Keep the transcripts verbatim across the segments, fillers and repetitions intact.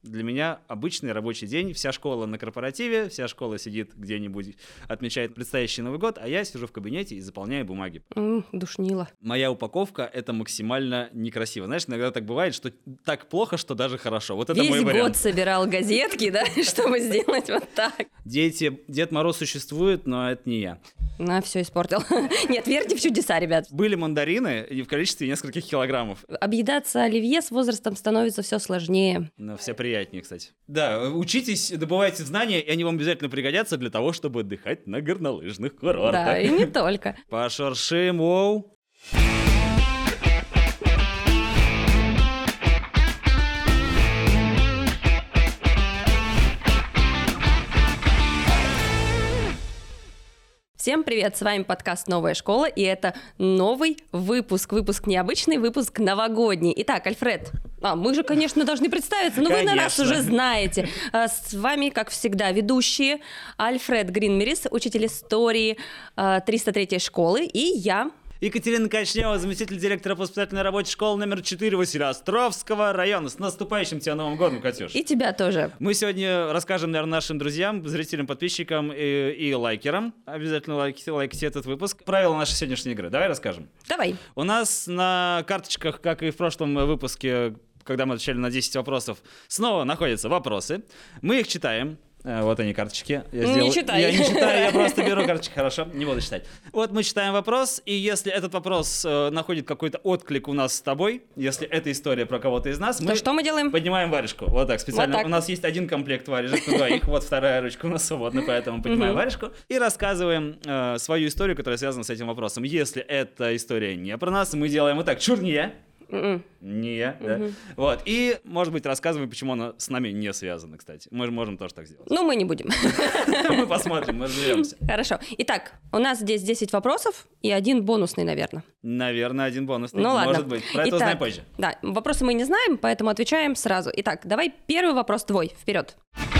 Для меня обычный рабочий день. Вся школа на корпоративе, вся школа сидит где-нибудь, отмечает предстоящий Новый год, а я сижу в кабинете и заполняю бумаги. Mm, душнило. Моя упаковка — это максимально некрасиво. Знаешь, иногда так бывает, что так плохо, что даже хорошо. Вот это Весь мой вариант. год собирал газетки, да, чтобы сделать вот так. Дети, Дед Мороз существует, но это не я. На, все испортил. Нет, верьте в чудеса, ребят. Были мандарины и в количестве нескольких килограммов. Объедаться оливье с возрастом становится все сложнее. Но все приятнее, кстати. Да, учитесь, добывайте знания, и они вам обязательно пригодятся для того, чтобы отдыхать на горнолыжных курортах. Да, и не только. Пошуршим, оу. Всем привет, с вами подкаст «Новая школа», и это новый выпуск, выпуск необычный, выпуск новогодний. Итак, Альфред, а, мы же, конечно, должны представиться, но Конечно. Вы нас уже знаете. С вами, как всегда, ведущие Альфред Гринмерис, учитель истории триста третьей школы, и я... Екатерина Качнева, заместитель директора по воспитательной работе школы номер четыре Василеостровского района. С наступающим тебя Новым годом, Катюш. И тебя тоже. Мы сегодня расскажем, наверное, нашим друзьям, зрителям, подписчикам и, и лайкерам. Обязательно лайкайте, лайкайте этот выпуск. Правила нашей сегодняшней игры. Давай расскажем. Давай. У нас на карточках, как и в прошлом выпуске, когда мы отвечали на десять вопросов, снова находятся вопросы. Мы их читаем. Вот они, карточки. Я не сделал... читай. Я не читаю, я просто беру карточки, хорошо, не буду читать. Вот мы читаем вопрос, и если этот вопрос э, находит какой-то отклик у нас с тобой, если это история про кого-то из нас, То мы что мы делаем? Поднимаем варежку. Вот так, специально. Вот так. У нас есть один комплект варежек на двоих, вот вторая ручка у нас свободна, поэтому поднимаем варежку и рассказываем э, свою историю, которая связана с этим вопросом. Если эта история не про нас, мы делаем вот так, чур не я. Mm-mm. Не я, да. Мгм. Вот. И, может быть, рассказывай, почему она с нами не связана, кстати. Мы можем тоже так сделать. Ну, мы не будем. Мы посмотрим, мы разберемся. Хорошо. Итак, у нас здесь десять вопросов и один бонусный, наверное. Наверное, один бонусный. Ну ладно. Может быть. Про это Итак, узнаем позже. Да, вопросы мы не знаем, поэтому отвечаем сразу. Итак, давай первый вопрос твой. Вперед.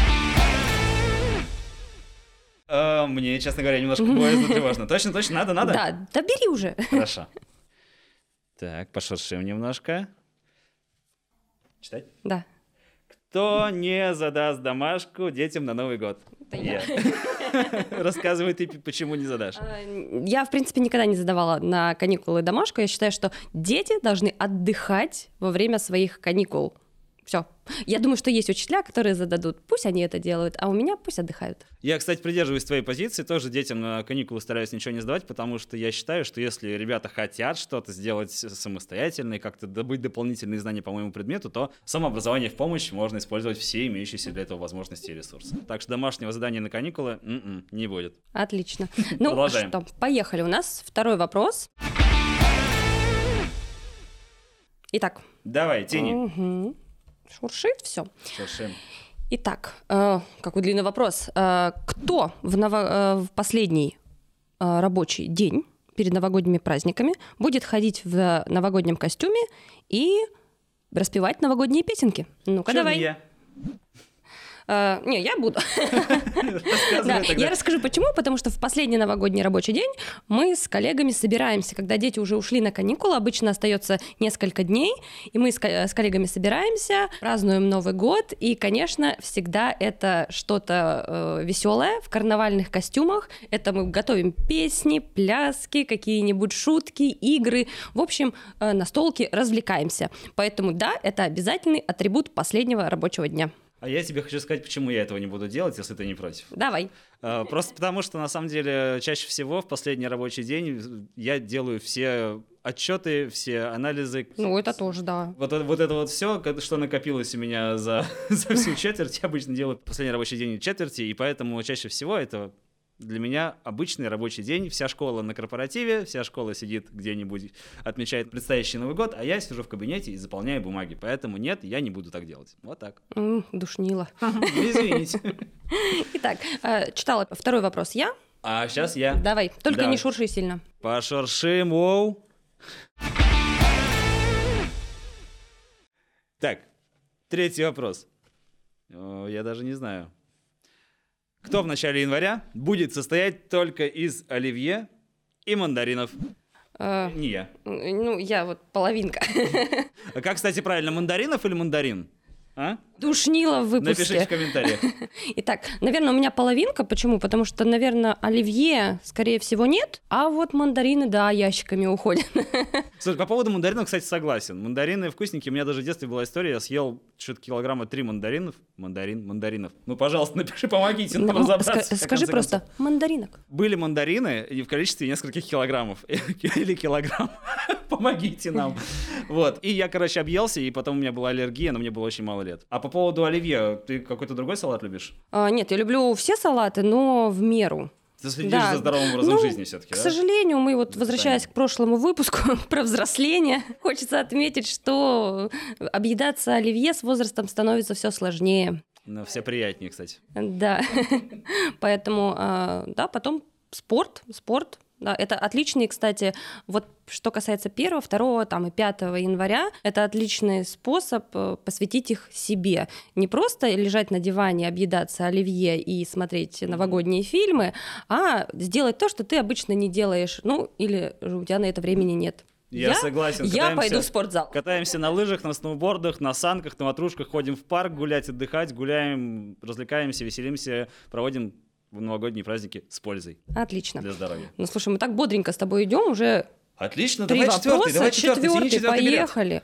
А, мне, честно говоря, немножко боязно, тревожно. Точно, точно, надо, надо? Да, да бери уже. Хорошо. Так, пошуршим немножко. Читать? Да. Кто не задаст домашку детям на Новый год? Это я. Рассказывай ты, почему не задашь. А, Я, в принципе, никогда не задавала на каникулы домашку. Я считаю, что дети должны отдыхать во время своих каникул. Все. Я думаю, что есть учителя, которые зададут. Пусть они это делают, а у меня пусть отдыхают. Я, кстати, придерживаюсь твоей позиции. Тоже детям на каникулы стараюсь ничего не сдавать, потому что я считаю, что если ребята хотят что-то сделать самостоятельно и как-то добыть дополнительные знания по моему предмету, то самообразование в помощь можно использовать все имеющиеся для этого возможности и ресурсы. Так что домашнего задания на каникулы м-м, не будет. Отлично. Ну Продолжаем. что, поехали. У нас второй вопрос. Итак. Давай, тяни. Угу. Шуршит все. Шуршим. Итак, э, какой длинный вопрос. Э, кто в, ново- э, в последний э, рабочий день перед новогодними праздниками будет ходить в новогоднем костюме и распевать новогодние песенки? Ну-ка, Чё давай. не я? Э, не, я буду. Да, я расскажу почему. Потому что в последний новогодний рабочий день мы с коллегами собираемся. Когда дети уже ушли на каникулы, обычно остается несколько дней, и мы с ко- с коллегами собираемся, празднуем Новый год, и, конечно, всегда это что-то э, веселое в карнавальных костюмах. Это мы готовим песни, пляски, какие-нибудь шутки, игры. В общем, э, настолки, развлекаемся. Поэтому да, это обязательный атрибут последнего рабочего дня. А я тебе хочу сказать, почему я этого не буду делать, если ты не против. Давай. А, Просто потому, что на самом деле чаще всего в последний рабочий день я делаю все отчеты, все анализы. Ну, это тоже, да. Вот, это- вот это вот все, что накопилось у меня за, за всю четверть, я обычно делаю последний рабочий день четверти, и поэтому чаще всего это для меня обычный рабочий день. Вся школа на корпоративе, вся школа сидит где-нибудь, отмечает предстоящий Новый год, а я сижу в кабинете и заполняю бумаги. Поэтому нет, я не буду так делать. Вот так. М, душнило. Извините. Итак, э, читала второй вопрос я. А сейчас я Давай, только Давай. не шурши сильно. пошуршим, оу. Так, третий вопрос. О, Я даже не знаю. Кто в начале января будет состоять только из оливье и мандаринов? Э, Не я. Ну, я вот половинка. А как, кстати, правильно, мандаринов или мандарин? А? Душнила в выпуске. Напишите в комментариях. Итак, наверное, у меня половинка. Почему? Потому что, наверное, оливье, скорее всего, нет, а вот мандарины, да, ящиками уходят. Слушай, по поводу мандаринов, кстати, согласен. Мандарины вкусненькие. У меня даже в детстве была история, я съел что-то килограмма три мандаринов. Мандарин, мандаринов. Ну, пожалуйста, напиши, помогите нам разобраться. Скажи просто мандаринок. Были мандарины и в количестве нескольких килограммов. Или килограмм. Помогите нам. Вот. И я, короче, объелся, и потом у меня была аллергия, но мне было очень мало лет. А по поводу оливье, ты какой-то другой салат любишь? А, нет, я люблю все салаты, но в меру. Ты следишь да. за здоровым образом ну, жизни все-таки, к да? К сожалению, мы вот, возвращаясь к прошлому выпуску про взросление, хочется отметить, что объедаться оливье с возрастом становится все сложнее. Но все приятнее, кстати. Да. Поэтому, да, потом спорт, спорт. Да, это отличный, кстати, вот что касается первого, второго там, и пятого января, это отличный способ посвятить их себе. Не просто лежать на диване, объедаться оливье и смотреть новогодние фильмы, а сделать то, что ты обычно не делаешь, ну, или у тебя на это времени нет. Я, я согласен. Я катаемся, пойду в спортзал. Катаемся на лыжах, на сноубордах, на санках, на ватрушках, ходим в парк гулять, отдыхать, гуляем, развлекаемся, веселимся, проводим в новогодние праздники с пользой. Отлично. Для здоровья. Ну, слушай, мы так бодренько с тобой идем уже. Отлично, Три давай вопроса, четвертый, давай четвертый, четвертый, четвертый поехали.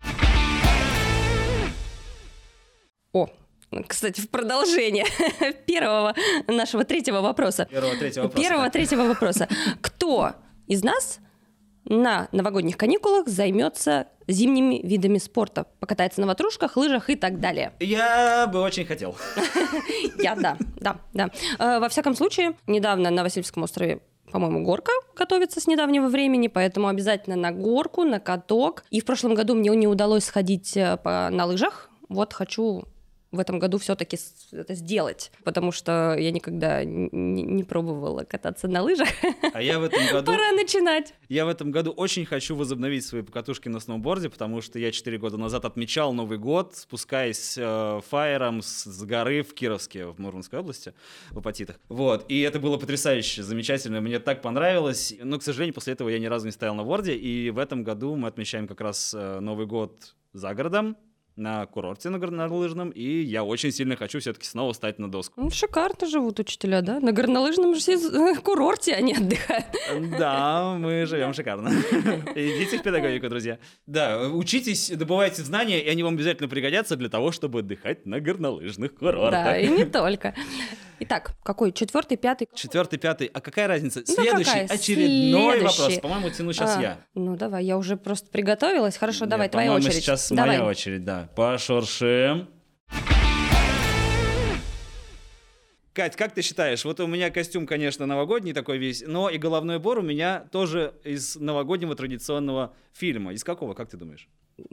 О, кстати, в продолжение первого нашего третьего вопроса. Первого третьего вопроса. Первого третьего вопроса. Кто из нас на новогодних каникулах займется зимними видами спорта? Покатается на ватрушках, лыжах и так далее. Я бы очень хотел. Я, да, да, да. Во всяком случае, недавно на Васильевском острове, по-моему, горка готовится с недавнего времени, поэтому обязательно на горку, на каток. И в прошлом году мне не удалось сходить по, на лыжах. Вот хочу в этом году все-таки это сделать, потому что я никогда не, не пробовала кататься на лыжах. А я в этом году... Пора начинать. Я в этом году очень хочу возобновить свои покатушки на сноуборде, потому что я четыре года назад отмечал Новый год, спускаясь э, фаером с, с горы в Кировске, в Мурманской области, в Апатитах. Вот. И это было потрясающе, замечательно, мне так понравилось. Но, к сожалению, после этого я ни разу не стоял на борде, и в этом году мы отмечаем как раз э, Новый год за городом, на курорте на горнолыжном, и я очень сильно хочу все-таки снова встать на доску. Ну, шикарно живут учителя, да? На горнолыжном же курорте они отдыхают. Да, мы живем шикарно. Идите в педагогику, друзья. Да, учитесь, добывайте знания, и они вам обязательно пригодятся для того, чтобы отдыхать на горнолыжных курортах. Да, и не только. Итак, какой? Четвертый, пятый? Четвертый, пятый. А какая разница? Ну, Следующий, какая? очередной Следующий. вопрос. По-моему, тяну сейчас а, я. Ну, давай, я уже просто приготовилась. Хорошо, Нет, давай, твоя по-моему, очередь. сейчас давай. моя очередь, да. Пошуршим. Кать, как ты считаешь? Вот у меня костюм, конечно, новогодний такой весь, но и головной убор у меня тоже из новогоднего традиционного фильма. Из какого, как ты думаешь?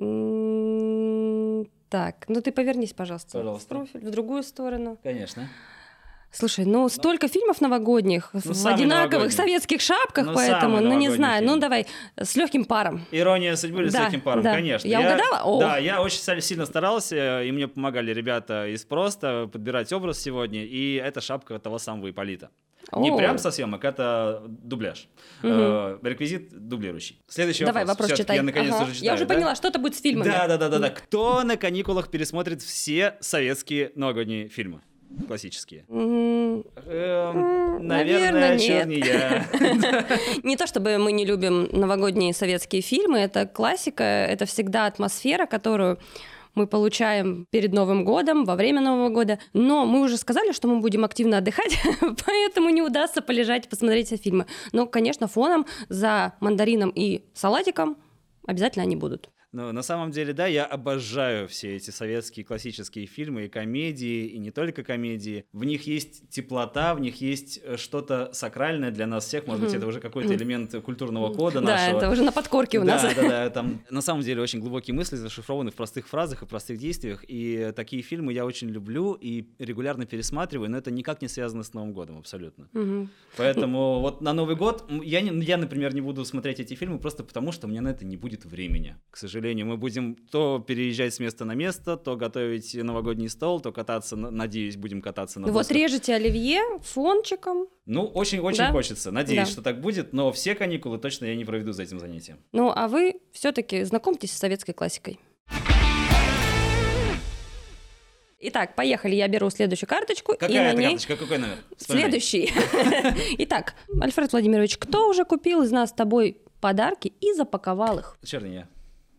Mm, так, ну ты повернись, пожалуйста, пожалуйста. в профиль, в другую сторону. Конечно. Слушай, ну столько фильмов новогодних, ну, в одинаковых советских шапках, ну, поэтому, ну не знаю, фильм. ну давай, с легким паром. «Ирония судьбы» или да, «С легким паром», да. конечно. Я, я угадала? О. Да, я очень сильно старался, и мне помогали ребята из «Просто» подбирать образ сегодня, и это шапка того самого Ипполита. О. Не прям со съемок, это дубляж. Угу. Э, реквизит дублирующий. Следующий Давай, вопрос. вопрос читай. Я наконец-то ага. уже читаю. Я уже да? поняла, что-то будет с фильмами. Да-да-да. Кто на каникулах пересмотрит все советские новогодние фильмы? Классические. Mm-hmm. Эм, наверное, нет. не я. Не то чтобы мы не любим новогодние советские фильмы, это классика, это всегда атмосфера, которую мы получаем перед Новым годом, во время Нового года. Но мы уже сказали, что мы будем активно отдыхать, поэтому не удастся полежать и посмотреть все фильмы. Но, конечно, фоном за мандарином и салатиком обязательно они будут. Ну, на самом деле, да, я обожаю все эти советские классические фильмы и комедии, и не только комедии. В них есть теплота, в них есть что-то сакральное для нас всех. Может быть, это уже какой-то элемент культурного кода нашего. Да, это уже на подкорке у нас. Да, да, да. Там на самом деле очень глубокие мысли зашифрованы в простых фразах и простых действиях. И такие фильмы я очень люблю и регулярно пересматриваю, но это никак не связано с Новым годом абсолютно. Угу. Поэтому вот на Новый год я, не, я, например, не буду смотреть эти фильмы просто потому, что у меня на это не будет времени, к сожалению. Мы будем то переезжать с места на место, то готовить новогодний стол, то кататься, надеюсь, будем кататься на досках. Вот режете оливье фончиком. Ну, очень-очень да? хочется. Надеюсь, да. что так будет, но все каникулы точно я не проведу за этим занятием. Ну, а вы все-таки знакомьтесь с советской классикой. Итак, поехали, я беру следующую карточку. Какая и на это ней... карточка, какой номер? Вспоминай. Следующий. Итак, Альфред Владимирович, кто уже купил из нас с тобой подарки и запаковал их? Черный я.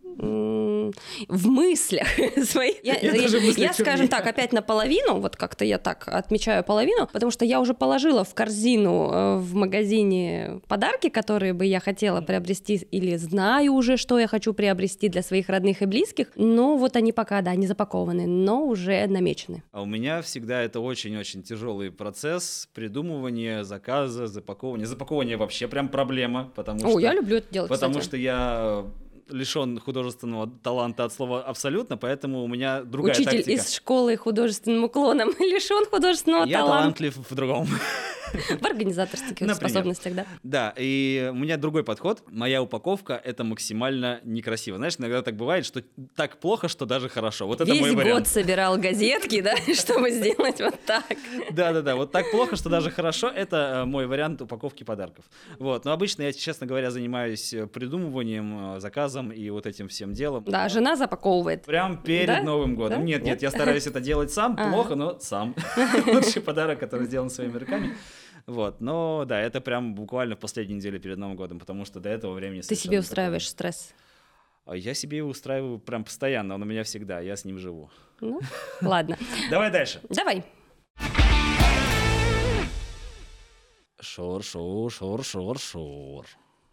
В мыслях своих. Я, я, я, мыслях я скажем так, опять наполовину, вот как-то я так отмечаю половину, потому что я уже положила в корзину в магазине подарки, которые бы я хотела приобрести, или знаю уже, что я хочу приобрести для своих родных и близких, но вот они пока, да, не запакованы, но уже намечены. А у меня всегда это очень-очень тяжелый процесс придумывания, заказа, запаковывания. Запаковывание вообще прям проблема, потому О, что... я люблю это делать, Потому кстати. что я... лишен художественного таланта от слова абсолютно, поэтому у меня другая Учитель тактика. из школы художественным уклоном лишен художественного я таланта. Я талантлив в другом. В организаторских Например. способностях, да. Да, и у меня другой подход. Моя упаковка — это максимально некрасиво. Знаешь, иногда так бывает, что так плохо, что даже хорошо. Вот это Весь мой год вариант. собирал газетки, да, чтобы сделать вот так. Да-да-да, вот так плохо, что даже хорошо. Это мой вариант упаковки подарков. Вот, но обычно я, честно говоря, занимаюсь придумыванием, заказом и вот этим всем делом. Да, жена запаковывает. Прям перед Да? Новым годом. Да? Нет, нет, Нет? я стараюсь это делать сам. А. Плохо, но сам. Лучший подарок, который сделан своими руками. Вот, но да, это прям буквально в последней неделе перед Новым годом, потому что до этого времени... Ты себе устраиваешь стресс? Я себе его устраиваю прям постоянно, он у меня всегда, я с ним живу. Ну, ладно. Давай дальше. Давай. Шор, шор, шор, шор, шор.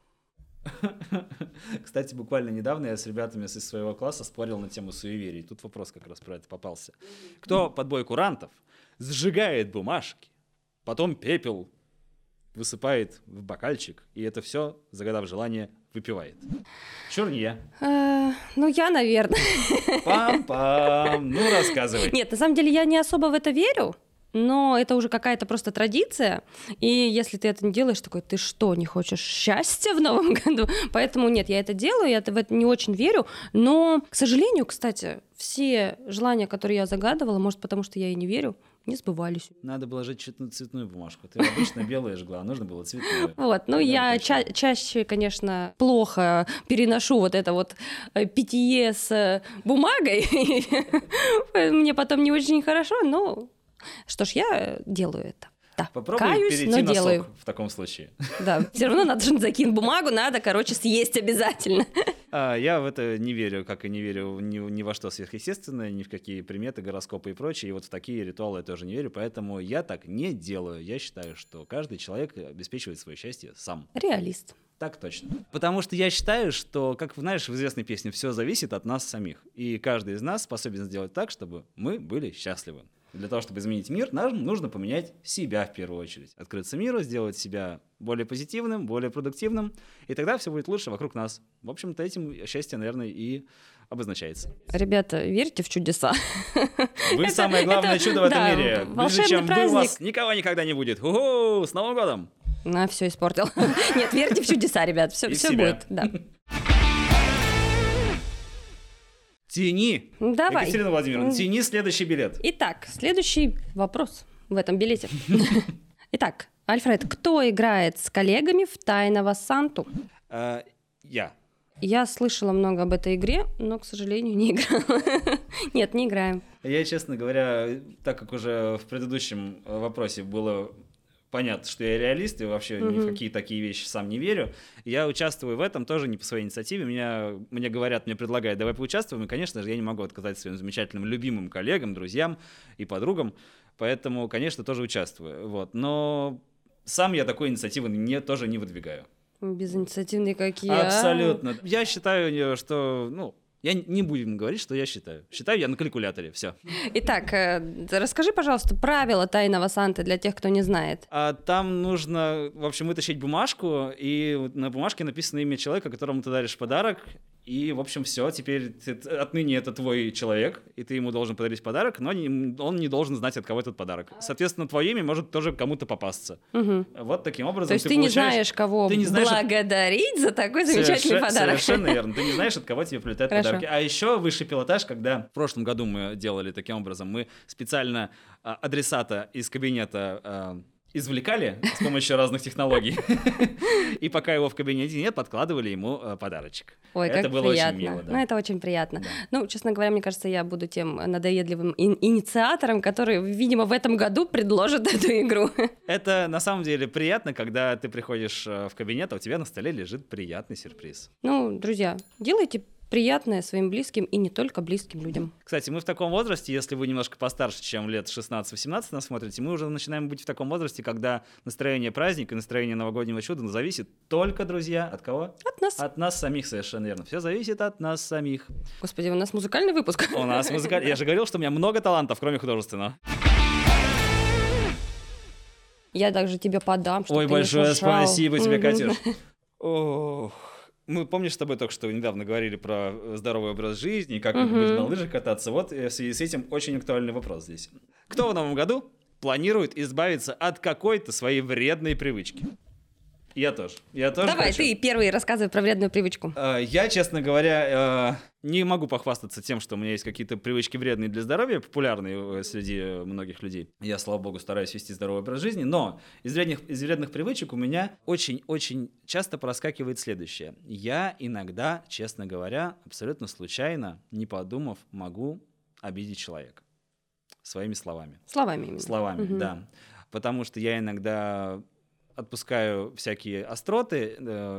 Кстати, буквально недавно я с ребятами из своего класса спорил на тему суеверий. Тут вопрос как раз про это попался. Кто под бой курантов сжигает бумажки, потом пепел высыпает в бокальчик, и это все, загадав желание, выпивает? Чур не я. Э, ну, я, наверное. Пам-пам. Ну, рассказывай. Нет, на самом деле я не особо в это верю. Но это уже какая-то просто традиция, и если ты это не делаешь, такой, ты что, не хочешь счастья в новом году? Поэтому нет, я это делаю, я в это не очень верю, но, к сожалению, кстати, все желания, которые я загадывала, может, потому что я и не верю, не сбывались. Надо было жать чуть цветную бумажку. Ты обычно белая жгла, а нужно было цветную. Вот, ну я ча- чаще, конечно, плохо переношу вот это вот питье с бумагой, мне потом не очень хорошо, но... Что ж, я делаю это. Да. Попробуй Каюсь, перейти но на делаю. сок в таком случае. Да, все равно надо же закинуть бумагу, надо, короче, съесть обязательно. А, я в это не верю, как и не верю ни, ни во что сверхъестественное, ни в какие приметы, гороскопы и прочее. И вот в такие ритуалы я тоже не верю, поэтому я так не делаю. Я считаю, что каждый человек обеспечивает свое счастье сам. Реалист. Так точно. Потому что я считаю, что, как знаешь, в известной песне, все зависит от нас самих. И каждый из нас способен сделать так, чтобы мы были счастливы. Для того, чтобы изменить мир, нам нужно поменять себя в первую очередь. Открыться миру, сделать себя более позитивным, более продуктивным, и тогда все будет лучше вокруг нас. В общем-то, этим счастье, наверное, и обозначается. Ребята, верьте в чудеса. Вы Это- самое главное это, чудо в этом да, мире. Ближе, волшебный чем вы, праздник. вас никого никогда не будет. У-ху! С Новым годом! На, все испортил. Нет, верьте в чудеса, ребят, все, И в все себя. будет. Да. Тяни! Давай. Екатерина Владимировна, тяни следующий билет. Итак, следующий вопрос в этом билете. Итак, Альфред, кто играет с коллегами в «Тайного Санту»? А, я. Я слышала много об этой игре, но, к сожалению, не играла. Нет, не играем. Я, честно говоря, так как уже в предыдущем вопросе было понятно, что я реалист и вообще ни в какие такие вещи сам не верю, я участвую в этом тоже не по своей инициативе. Меня, мне говорят, мне предлагают, давай поучаствуем, и, конечно же, я не могу отказать своим замечательным любимым коллегам, друзьям и подругам, поэтому, конечно, тоже участвую. Вот. Но сам я такой инициативы не, тоже не выдвигаю. Безинициативные какие. а? Абсолютно. Я считаю, что, ну, я не будем говорить, что я считаю. Считаю я на калькуляторе, все. Итак, э, расскажи, пожалуйста, правила «Тайного Санты» для тех, кто не знает. А там нужно, в общем, вытащить бумажку, и на бумажке написано имя человека, которому ты даришь подарок. И, в общем, все, теперь ты, отныне это твой человек, и ты ему должен подарить подарок, но не, он не должен знать, от кого этот подарок. Соответственно, твое имя может тоже кому-то попасться. Угу. Вот таким образом То есть ты, ты не получаешь... знаешь, кого ты не знаешь, от- благодарить за такой замечательный Соверше- подарок. Совершенно верно. Ты не знаешь, от кого тебе прилетают Хорошо. подарки. А еще высший пилотаж, когда в прошлом году мы делали таким образом, мы специально а, адресата из кабинета а, извлекали с помощью разных технологий. И пока его в кабинете нет, подкладывали ему подарочек. Ой, это как было приятно. очень мило. Да. Ну, это очень приятно. Да. Ну, честно говоря, мне кажется, я буду тем надоедливым ин- инициатором, который, видимо, в этом году предложит эту игру. Это на самом деле приятно, когда ты приходишь в кабинет, а у тебя на столе лежит приятный сюрприз. Ну, друзья, делайте приятное своим близким и не только близким людям. Кстати, мы в таком возрасте, если вы немножко постарше, чем лет шестнадцать-восемнадцать нас смотрите, мы уже начинаем быть в таком возрасте, когда настроение праздника, настроение новогоднего чуда зависит только, друзья, от кого? От нас. От нас самих, совершенно верно. Все зависит от нас самих. Господи, у нас музыкальный выпуск. У нас музыкальный. Я же говорил, что у меня много талантов, кроме художественного. Я также тебе подам, чтобы Ой, ты большое не шуршал. спасибо тебе, Катюш. Ох. Мы, помнишь, с тобой только что недавно говорили про здоровый образ жизни, как uh-huh. быть на лыжах кататься. Вот в связи с этим очень актуальный вопрос здесь. Кто в новом году планирует избавиться от какой-то своей вредной привычки? Я тоже. Я тоже Давай, хочу. ты первый рассказывай про вредную привычку. Я, честно говоря, не могу похвастаться тем, что у меня есть какие-то привычки вредные для здоровья, популярные среди многих людей. Я, слава богу, стараюсь вести здоровый образ жизни, но из вредных, из вредных привычек у меня очень-очень часто проскакивает следующее. Я иногда, честно говоря, абсолютно случайно, не подумав, могу обидеть человека своими словами. Словами именно. Словами, угу. да. Потому что я иногда отпускаю всякие остроты,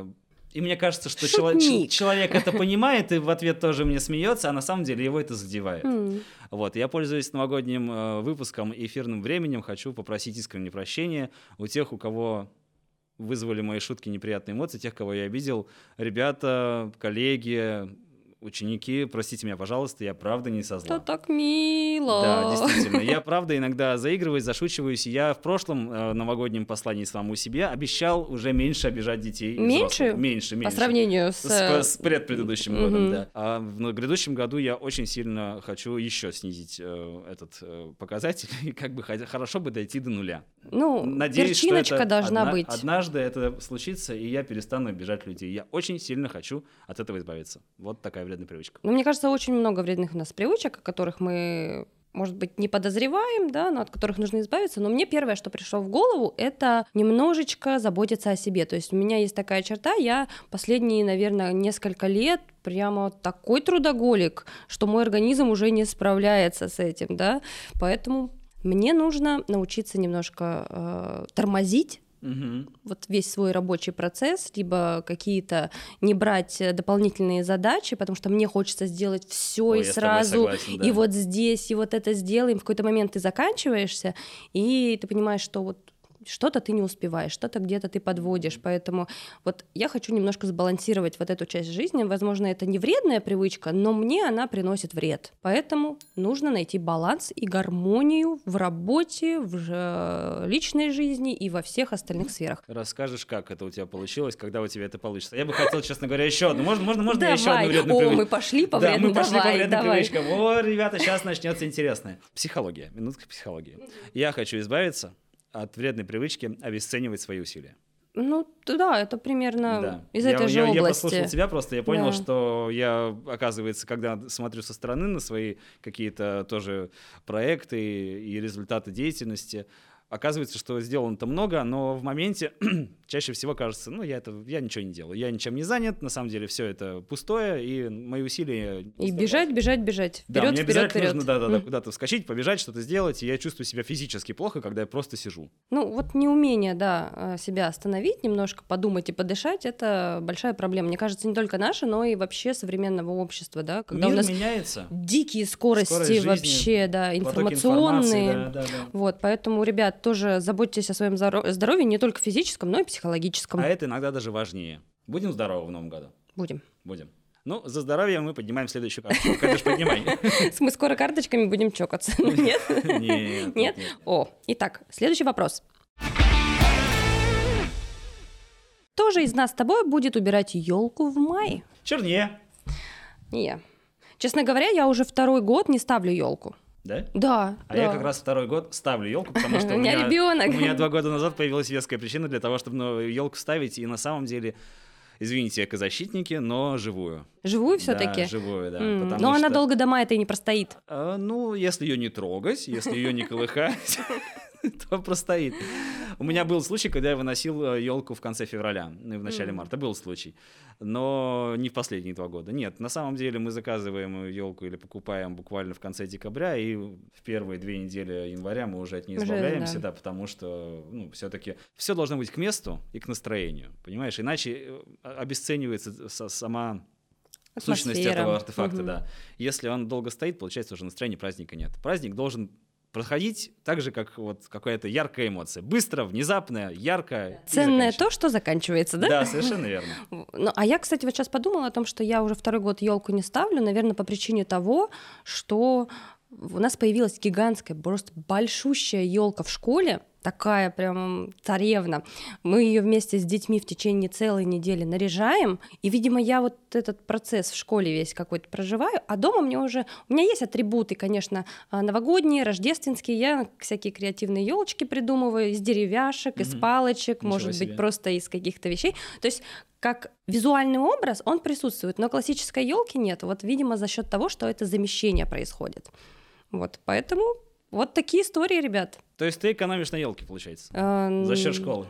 и мне кажется, что чело- человек это понимает и в ответ тоже мне смеется, а на самом деле его это задевает. Mm. Вот, я, пользуясь новогодним э, выпуском и эфирным временем, хочу попросить искреннее прощение у тех, у кого вызвали мои шутки неприятные эмоции, тех, кого я обидел. Ребята, коллеги, ученики, простите меня, пожалуйста, я правда не со зла. Это так мило. Да, действительно. Я правда иногда заигрываюсь, зашучиваюсь. Я в прошлом э, новогоднем послании самому себе обещал уже меньше обижать детей. Меньше? Меньше, меньше. По сравнению с... С, с предпредыдущим mm-hmm. годом, да. А в грядущем году я очень сильно хочу еще снизить э, этот э, показатель. И как бы хорошо бы дойти до нуля. Ну, надеюсь, перчиночка что это должна одна, быть. Однажды это случится, и я перестану обижать людей. Я очень сильно хочу от этого избавиться. Вот такая вредная привычка. Ну, мне кажется, очень много вредных у нас привычек, о которых мы, может быть, не подозреваем, да, но от которых нужно избавиться. Но мне первое, что пришло в голову, это немножечко заботиться о себе. То есть у меня есть такая черта, я последние, наверное, несколько лет прямо такой трудоголик, что мой организм уже не справляется с этим, да, поэтому мне нужно научиться немножко э, тормозить Угу. вот весь свой рабочий процесс, либо какие-то не брать дополнительные задачи, потому что мне хочется сделать все и сразу, согласен, да. и вот здесь, и вот это сделаем. В какой-то момент ты заканчиваешься, и ты понимаешь, что вот что-то ты не успеваешь, что-то где-то ты подводишь, поэтому вот я хочу немножко сбалансировать вот эту часть жизни, возможно, это не вредная привычка, но мне она приносит вред, поэтому нужно найти баланс и гармонию в работе, в личной жизни и во всех остальных сферах. Расскажешь, как это у тебя получилось, когда у тебя это получится? Я бы хотел, честно говоря, еще одну. Можно, можно, можно давай. я еще одну вредную О, привычку? мы пошли по да, вредным, мы пошли давай, по вредным давай. привычкам. О, ребята, сейчас начнется интересное. Психология, минутка психологии. Я хочу избавиться от вредной привычки обесценивать свои усилия. Ну, да, это примерно да. из я, этой же я, области. Я послушал тебя просто, я понял, да. что я, оказывается, когда смотрю со стороны на свои какие-то тоже проекты и результаты деятельности, оказывается, что сделано-то много, но в моменте чаще всего кажется, ну, я, это, я ничего не делаю, я ничем не занят, на самом деле все это пустое, и мои усилия... И бежать, бежать, бежать, да, вперед, мне вперед, вперед. нужно да, да, да, куда-то вскочить, побежать, что-то сделать, и я чувствую себя физически плохо, когда я просто сижу. Ну, вот неумение, да, себя остановить, немножко подумать и подышать, это большая проблема. Мне кажется, не только наша, но и вообще современного общества, да, когда Мир у нас меняется. Дикие скорости Скорость жизни, вообще, да, информационные. Да, да, да. Вот, поэтому, ребят, тоже заботьтесь о своем здоровье не только физическом, но и психологическом. А это иногда даже важнее. Будем здоровы в новом году? Будем. Будем. Ну, за здоровье мы поднимаем следующую карточку. Катюш, поднимай. Мы скоро карточками будем чокаться. Нет? Нет. Нет? О, итак, следующий вопрос. Кто же из нас с тобой будет убирать елку в мае? Чернее. Не я. Честно говоря, я уже второй год не ставлю елку. Да? Да. А да. я как раз второй год ставлю елку, потому что у меня ребенок. У меня два года назад появилась веская причина для того, чтобы елку ставить, и на самом деле, извините, экозащитники, но живую. Живую все-таки? Да, живую, да. Mm. Но что... она долго до мая-то и не простоит. А, ну, если ее не трогать, если ее не колыхать, то простоит. У меня был случай, когда я выносил елку в конце февраля, ну и в начале марта. Был случай. Но не в последние два года. Нет, на самом деле мы заказываем елку или покупаем буквально в конце декабря, и в первые две недели января мы уже от нее избавляемся, да. Да, потому что ну, все-таки все должно быть к месту и к настроению, понимаешь? Иначе обесценивается сама сущность этого артефакта, угу. Да. Если он долго стоит, получается, уже настроения праздника нет. Праздник должен проходить так же, как вот какая-то яркая эмоция. Быстро, внезапно, ярко. Ценное то, что заканчивается, да? Да, совершенно верно. Ну, а я, кстати, вот сейчас подумала о том, что я уже второй год елку не ставлю, наверное, по причине того, что у нас появилась гигантская, просто большущая елка в школе, такая прям царевна. Мы ее вместе с детьми в течение целой недели наряжаем, и, видимо, я вот этот процесс в школе весь какой-то проживаю, а дома мне уже... У меня есть атрибуты, конечно, новогодние, рождественские, я всякие креативные елочки придумываю из деревяшек, mm-hmm. из палочек, Ничего может себе. Быть, просто из каких-то вещей. То есть как визуальный образ он присутствует, но классической елки нет. Вот, видимо, за счет того, что это замещение происходит. Вот, поэтому вот такие истории, ребят. То есть ты экономишь на елке, получается? А... За счет школы.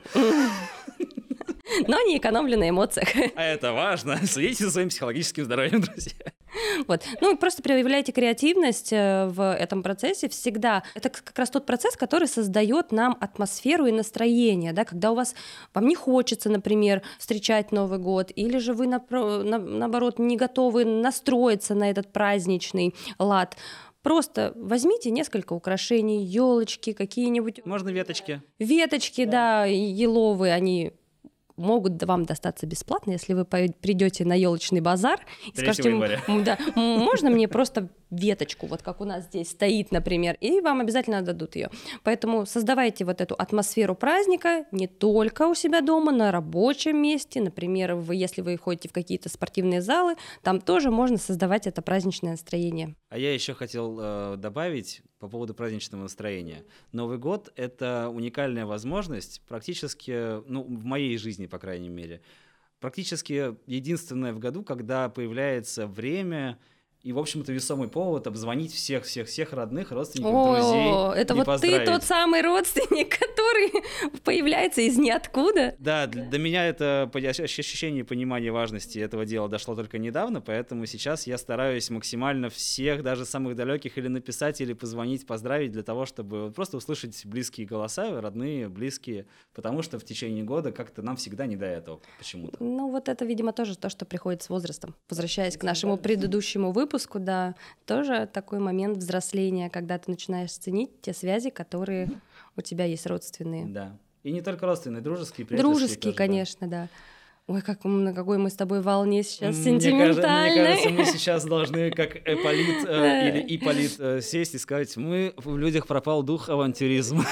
Но не экономлю на эмоциях. А это важно. Следите за своим психологическим здоровьем, друзья. Вот. Ну, просто проявляйте креативность в этом процессе всегда. Это как раз тот процесс, который создает нам атмосферу и настроение, да, когда у вас, вам не хочется, например, встречать Новый год, или же вы, напро- на, наоборот, не готовы настроиться на этот праздничный лад. Просто возьмите несколько украшений, елочки, какие-нибудь... Можно веточки. Веточки, да, да еловые, они могут вам достаться бесплатно, если вы придете на елочный базар и скажете, да, можно мне просто веточку, вот как у нас здесь стоит, например, и вам обязательно дадут ее. Поэтому создавайте вот эту атмосферу праздника не только у себя дома, на рабочем месте, например, вы, если вы ходите в какие-то спортивные залы, там тоже можно создавать это праздничное настроение. А я еще хотел э, добавить по поводу праздничного настроения. Новый год — это уникальная возможность, практически, ну, в моей жизни, по крайней мере, практически единственное в году, когда появляется время и, в общем-то, весомый повод обзвонить всех-всех-всех родных, родственников, О, друзей. Это вот ты тот самый родственник, который появляется из ниоткуда. Да, для, для меня это ощущение и понимание важности этого дела дошло только недавно, поэтому сейчас я стараюсь максимально всех, даже самых далеких, или написать, или позвонить, поздравить, для того, чтобы просто услышать близкие голоса, родные, близкие, потому что в течение года как-то нам всегда не до этого почему-то. Ну вот это, видимо, тоже то, что приходит с возрастом. Возвращаясь к нашему предыдущему выпуску, выпуску, да, тоже такой момент взросления, когда ты начинаешь ценить те связи, которые у тебя есть родственные. Да. И не только родственные, дружеские, приятельские. Дружеские, тоже, конечно, да. да. Ой, как, на какой мы с тобой волне сейчас мне сентиментальной. Мне кажется, мы сейчас должны, как Эполит э, или Иполит, э, сесть и сказать, мы в людях пропал дух авантюризма.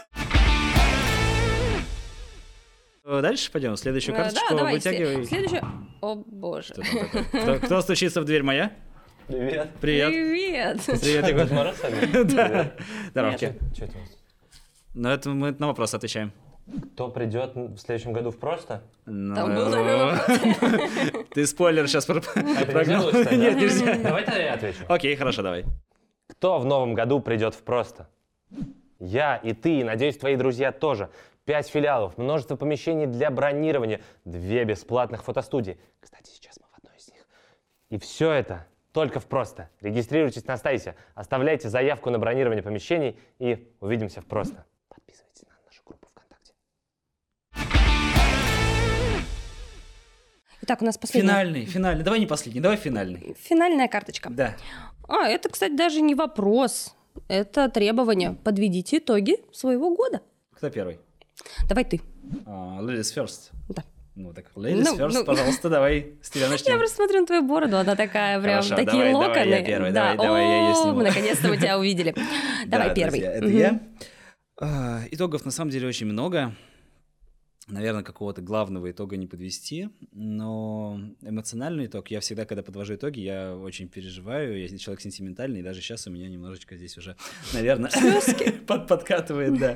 Дальше пойдем. Следующую карточку да, вытягивай. Следующую. О, боже. Кто, кто стучится в дверь? Моя? Привет. Привет. Привет. Привет, Егор. Да. Здоровки. Что это у вас? Ну, это мы на вопрос отвечаем. Кто придет в следующем году в просто? Там был такой. Ты спойлер сейчас прогнал. Нет, нельзя. Давай-то я отвечу. Окей, хорошо, давай. Кто в новом году придет в просто? Я и ты, и, надеюсь, твои друзья тоже. Пять филиалов, множество помещений для бронирования, две бесплатных фотостудии. Кстати, сейчас мы в одной из них. И все это только в просто. Регистрируйтесь на сайте, оставляйте заявку на бронирование помещений и увидимся в просто. Подписывайтесь на нашу группу ВКонтакте. Итак, у нас последний. Финальный, финальный. Давай не последний, давай финальный. Финальная карточка. Да. А, это, кстати, даже не вопрос. Это требование. Подведите итоги своего года. Кто первый? Давай ты. Uh, ladies first. Да. Ну так, ladies ну, first, ну... пожалуйста, давай с тебя начнем. Я просто смотрю на твою бороду, она такая прям, Хорошо, такие давай, локоны. Давай я первый, да. давай, давай я ее сниму. Мы наконец-то мы тебя увидели. Давай первый. Это я. Итогов на самом деле очень много. Наверное, какого-то главного итога не подвести, но эмоциональный итог, я всегда, когда подвожу итоги, я очень переживаю, я человек сентиментальный, и даже сейчас у меня немножечко здесь уже, наверное, подкатывает, да.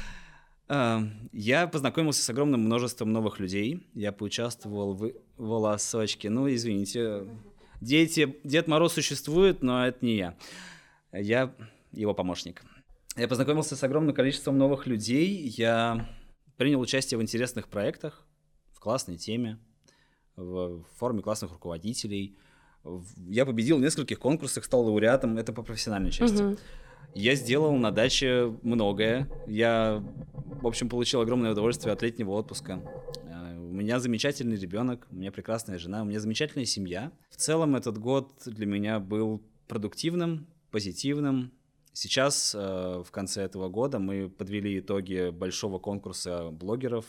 Я познакомился с огромным множеством новых людей. Я поучаствовал в волосочке. Ну, извините, дети, Дед Мороз существует, но это не я. Я его помощник. Я познакомился с огромным количеством новых людей. Я принял участие в интересных проектах, в классной теме, в форме классных руководителей. Я победил в нескольких конкурсах, стал лауреатом, это по профессиональной части. Угу. Я сделал на даче многое. Я, в общем, получил огромное удовольствие от летнего отпуска. У меня замечательный ребенок, у меня прекрасная жена, у меня замечательная семья. В целом этот год для меня был продуктивным, позитивным. Сейчас, в конце этого года, мы подвели итоги большого конкурса блогеров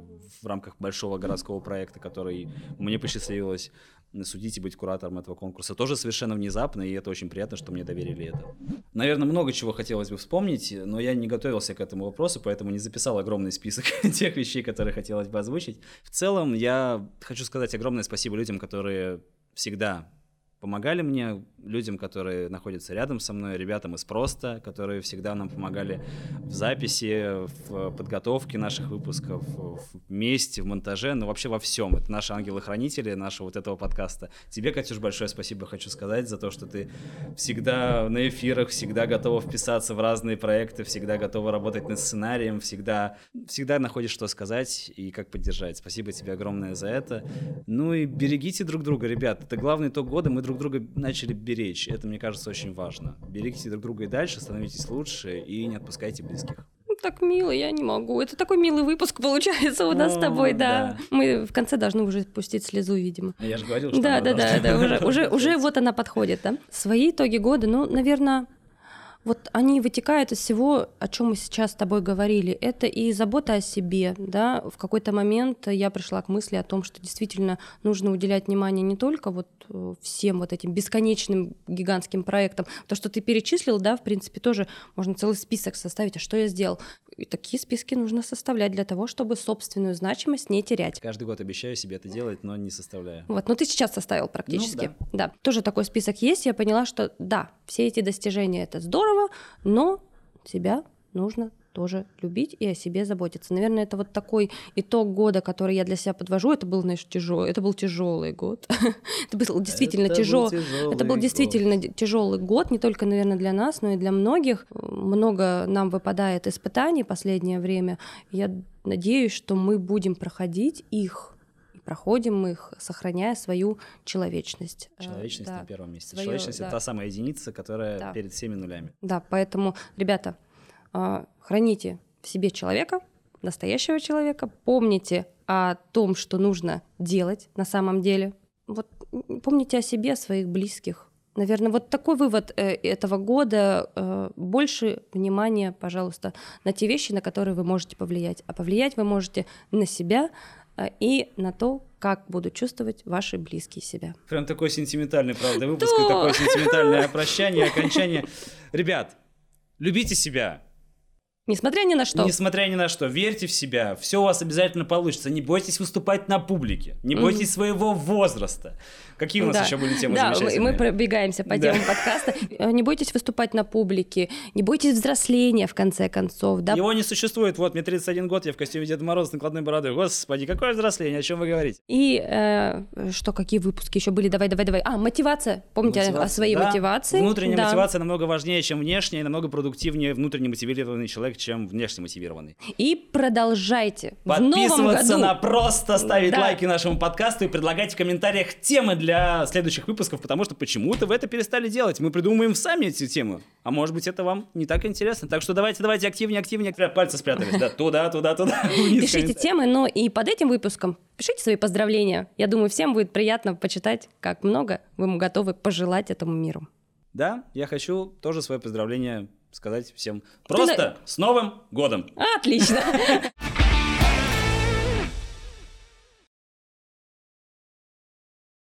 в рамках большого городского проекта, который мне посчастливилось судить и быть куратором этого конкурса. Тоже совершенно внезапно, и это очень приятно, что мне доверили это. Наверное, много чего хотелось бы вспомнить, но я не готовился к этому вопросу, поэтому не записал огромный список тех вещей, которые хотелось бы озвучить. В целом, я хочу сказать огромное спасибо людям, которые всегда помогали мне, людям, которые находятся рядом со мной, ребятам из Просто, которые всегда нам помогали в записи, в подготовке наших выпусков, вместе, в монтаже, но вообще во всем. Это наши ангелы-хранители нашего вот этого подкаста. Тебе, Катюш, большое спасибо хочу сказать за то, что ты всегда на эфирах, всегда готова вписаться в разные проекты, всегда готова работать над сценарием, всегда, всегда находишь, что сказать и как поддержать. Спасибо тебе огромное за это. Ну и берегите друг друга, ребят. Это главный итог года. Мы друг друга начали беречь. Это, мне кажется, очень важно. Берегите друг друга и дальше, становитесь лучше и не отпускайте близких. Так мило, я не могу. Это такой милый выпуск получается у нас О, с тобой, да. да. Мы в конце должны уже пустить слезу, видимо. Я же говорил, что да, она да, да, да, уже, уже, уже вот она подходит, да. Свои итоги года, ну, наверное, вот они вытекают из всего, о чем мы сейчас с тобой говорили. Это и забота о себе, да. В какой-то момент я пришла к мысли о том, что действительно нужно уделять внимание не только вот всем вот этим бесконечным гигантским проектам. То, что ты перечислил, да, в принципе, тоже можно целый список составить, а что я сделал. И такие списки нужно составлять для того, чтобы собственную значимость не терять. Каждый год обещаю себе это делать, но не составляю. Вот, но ты сейчас составил практически. Ну, да. да. Тоже такой список есть. Я поняла, что да, все эти достижения — это здорово, но себя нужно тоже любить и о себе заботиться. Наверное, это вот такой итог года, который я для себя подвожу. Это был, знаешь, тяжелый. Это был тяжелый год. Это был действительно тяжелый. Это был действительно тяжелый год, не только, наверное, для нас, но и для многих. Много нам выпадает испытаний в последнее время. Я надеюсь, что мы будем проходить их. Проходим мы их, сохраняя свою человечность. Человечность да. на первом месте. Своё, человечность да. — это та самая единица, которая да. перед всеми нулями. Да, поэтому, ребята, храните в себе человека, настоящего человека, помните о том, что нужно делать на самом деле. Вот помните о себе, о своих близких. Наверное, вот такой вывод этого года. Больше внимания, пожалуйста, на те вещи, на которые вы можете повлиять. А повлиять вы можете на себя и на то, как будут чувствовать ваши близкие себя. Прям такой сентиментальный, правда, выпуск, и такое сентиментальное прощание, окончание. Ребят, любите себя. Несмотря ни на что. Несмотря ни на что. Верьте в себя. Все у вас обязательно получится. Не бойтесь выступать на публике. Не бойтесь mm-hmm. своего возраста. Какие у нас да. еще были темы да, замечательные? Да, мы пробегаемся по да. темам подкаста. Не бойтесь выступать на публике. Не бойтесь взросления, в конце концов. Да? Его не существует. Вот, мне тридцать один год, я в костюме Деда Мороза с накладной бородой. Господи, какое взросление, о чем вы говорите? И э, что, какие выпуски еще были? Давай, давай, давай. А, мотивация. Помните мотивация, о своей да. мотивации. Внутренняя да. мотивация намного важнее, чем внешняя, и намного продуктивнее внутренне мотивированный человек, чем внешне мотивированный. И продолжайте. Подписываться на Просто, ставить да. лайки нашему подкасту и предлагать в комментариях темы для следующих выпусков, потому что почему-то вы это перестали делать. Мы придумаем сами эти темы. А может быть, это вам не так интересно. Так что давайте, давайте активнее, активнее. Пальцы спрятались. Да, туда, туда, туда. Пишите темы, но и под этим выпуском пишите свои поздравления. Я думаю, всем будет приятно почитать, как много вы готовы пожелать этому миру. Да, я хочу тоже свое поздравление сказать всем. Просто Ты... с Новым годом! Отлично!